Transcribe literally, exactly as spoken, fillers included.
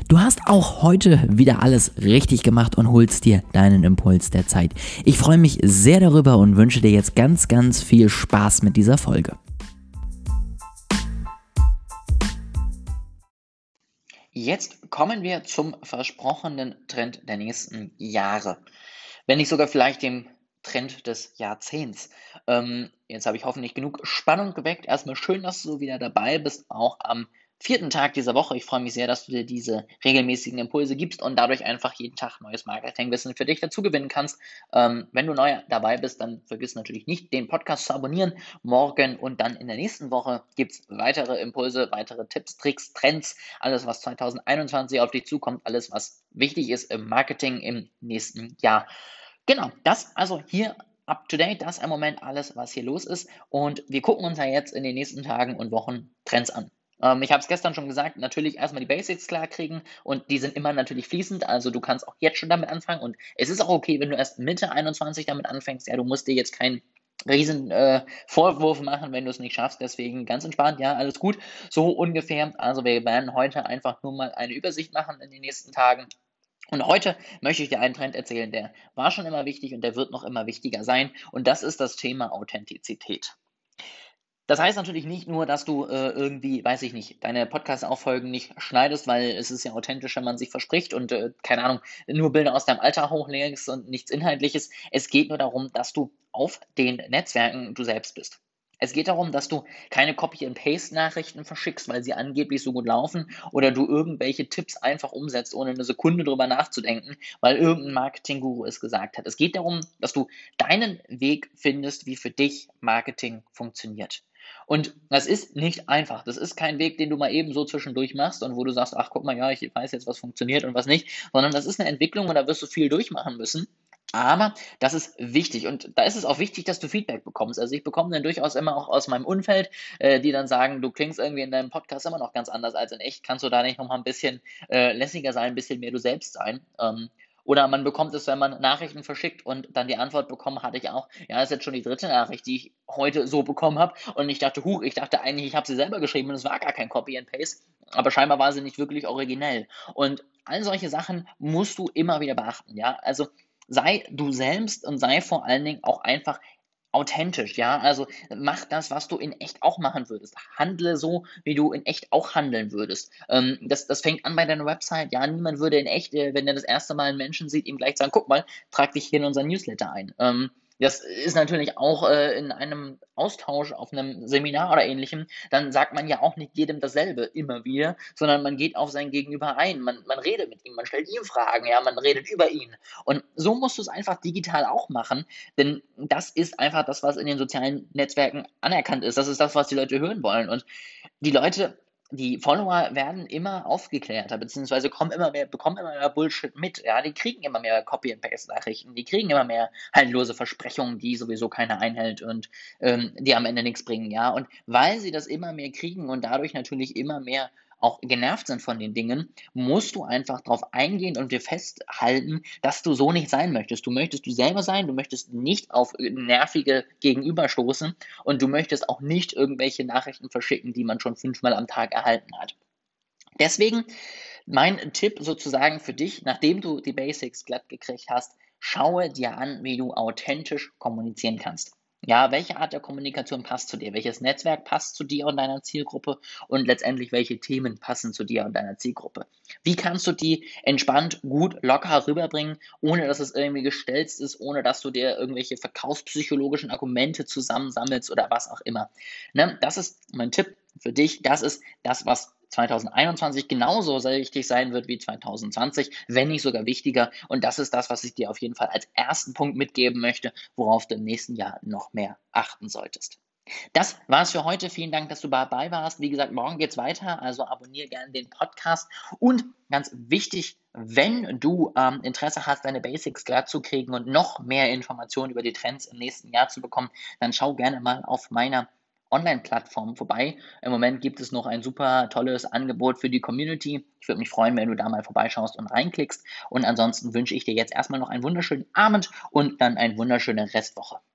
Du hast auch heute wieder alles richtig gemacht und holst dir deinen Impuls der Zeit. Ich freue mich sehr darüber und wünsche dir jetzt ganz, ganz viel Spaß mit dieser Folge. Jetzt kommen wir zum versprochenen Trend der nächsten Jahre, wenn nicht sogar vielleicht dem Trend des Jahrzehnts. Ähm, jetzt habe ich hoffentlich genug Spannung geweckt. Erstmal schön, dass du wieder dabei bist, auch am vierten Tag dieser Woche. Ich freue mich sehr, dass du dir diese regelmäßigen Impulse gibst und dadurch einfach jeden Tag neues Marketingwissen für dich dazu gewinnen kannst. Ähm, wenn du neu dabei bist, dann vergiss natürlich nicht, den Podcast zu abonnieren. Morgen und dann in der nächsten Woche gibt es weitere Impulse, weitere Tipps, Tricks, Trends, alles, was zwanzig einundzwanzig auf dich zukommt, alles, was wichtig ist im Marketing im nächsten Jahr. Genau, das also hier up to date, das im Moment alles, was hier los ist. Und wir gucken uns ja jetzt in den nächsten Tagen und Wochen Trends an. Ähm, ich habe es gestern schon gesagt, natürlich erstmal die Basics klar kriegen und die sind immer natürlich fließend, also du kannst auch jetzt schon damit anfangen und es ist auch okay, wenn du erst Mitte einundzwanzig damit anfängst, ja, du musst dir jetzt keinen riesen äh, Vorwurf machen, wenn du es nicht schaffst, deswegen ganz entspannt, ja, alles gut, so ungefähr. Also wir werden heute einfach nur mal eine Übersicht machen in den nächsten Tagen. Und heute möchte ich dir einen Trend erzählen, der war schon immer wichtig und der wird noch immer wichtiger sein. Und das ist das Thema Authentizität. Das heißt natürlich nicht nur, dass du äh, irgendwie, weiß ich nicht, deine Podcast-Auffolgen nicht schneidest, weil es ist ja authentisch, wenn man sich verspricht und, äh, keine Ahnung, nur Bilder aus deinem Alltag hochlegst und nichts Inhaltliches. Es geht nur darum, dass du auf den Netzwerken du selbst bist. Es geht darum, dass du keine Copy-and-Paste-Nachrichten verschickst, weil sie angeblich so gut laufen, oder du irgendwelche Tipps einfach umsetzt, ohne eine Sekunde drüber nachzudenken, weil irgendein Marketing-Guru es gesagt hat. Es geht darum, dass du deinen Weg findest, wie für dich Marketing funktioniert. Und das ist nicht einfach. Das ist kein Weg, den du mal eben so zwischendurch machst und wo du sagst, ach guck mal, ja, ich weiß jetzt, was funktioniert und was nicht, sondern das ist eine Entwicklung und da wirst du viel durchmachen müssen. Aber das ist wichtig und da ist es auch wichtig, dass du Feedback bekommst. Also ich bekomme dann durchaus immer auch aus meinem Umfeld, äh, die dann sagen, du klingst irgendwie in deinem Podcast immer noch ganz anders als in echt. Kannst du da nicht noch mal ein bisschen äh, lässiger sein, ein bisschen mehr du selbst sein? Ähm, oder man bekommt es, wenn man Nachrichten verschickt und dann die Antwort bekommen, hatte ich auch, ja, das ist jetzt schon die dritte Nachricht, die ich heute so bekommen habe. Und ich dachte, huch, ich dachte eigentlich, ich habe sie selber geschrieben und es war gar kein Copy and Paste. Aber scheinbar war sie nicht wirklich originell. Und all solche Sachen musst du immer wieder beachten, ja. Also sei du selbst und sei vor allen Dingen auch einfach authentisch, ja. Also mach das, was du in echt auch machen würdest. Handle so, wie du in echt auch handeln würdest. Ähm, das, das fängt an bei deiner Website. Ja, niemand würde in echt, äh, wenn er das erste Mal einen Menschen sieht, ihm gleich sagen, guck mal, trag dich hier in unseren Newsletter ein. Ähm, das ist natürlich auch äh, in einem Austausch auf einem Seminar oder ähnlichem, dann sagt man ja auch nicht jedem dasselbe immer wieder, sondern man geht auf sein Gegenüber ein, man, man redet mit ihm, man stellt ihm Fragen, ja, man redet über ihn. Und so musst du es einfach digital auch machen, denn das ist einfach das, was in den sozialen Netzwerken anerkannt ist. Das ist das, was die Leute hören wollen. Und die Leute, die Follower werden immer aufgeklärter, beziehungsweise kommen immer mehr, bekommen immer mehr Bullshit mit. Ja, die kriegen immer mehr Copy-and-Paste-Nachrichten, die kriegen immer mehr haltlose Versprechungen, die sowieso keiner einhält und ähm, die am Ende nichts bringen. Ja, und weil sie das immer mehr kriegen und dadurch natürlich immer mehr auch genervt sind von den Dingen, musst du einfach darauf eingehen und dir festhalten, dass du so nicht sein möchtest. Du möchtest du selber sein, du möchtest nicht auf nervige Gegenüber stoßen und du möchtest auch nicht irgendwelche Nachrichten verschicken, die man schon fünfmal am Tag erhalten hat. Deswegen mein Tipp sozusagen für dich, nachdem du die Basics glatt gekriegt hast, schaue dir an, wie du authentisch kommunizieren kannst. Ja, welche Art der Kommunikation passt zu dir? Welches Netzwerk passt zu dir und deiner Zielgruppe? Und letztendlich, welche Themen passen zu dir und deiner Zielgruppe? Wie kannst du die entspannt, gut, locker rüberbringen, ohne dass es irgendwie gestelzt ist, ohne dass du dir irgendwelche verkaufspsychologischen Argumente zusammensammelst oder was auch immer? Ne? Das ist mein Tipp für dich. Das ist das, was zwanzig einundzwanzig genauso sehr wichtig sein wird wie zwanzig zwanzig, wenn nicht sogar wichtiger. Und das ist das, was ich dir auf jeden Fall als ersten Punkt mitgeben möchte, worauf du im nächsten Jahr noch mehr achten solltest. Das war's für heute. Vielen Dank, dass du dabei warst. Wie gesagt, morgen geht's weiter, also abonniere gerne den Podcast. Und ganz wichtig, wenn du ähm, Interesse hast, deine Basics glatt zu kriegen und noch mehr Informationen über die Trends im nächsten Jahr zu bekommen, dann schau gerne mal auf meiner Online-Plattform vorbei. Im Moment gibt es noch ein super tolles Angebot für die Community. Ich würde mich freuen, wenn du da mal vorbeischaust und reinklickst. Und ansonsten wünsche ich dir jetzt erstmal noch einen wunderschönen Abend und dann eine wunderschöne Restwoche.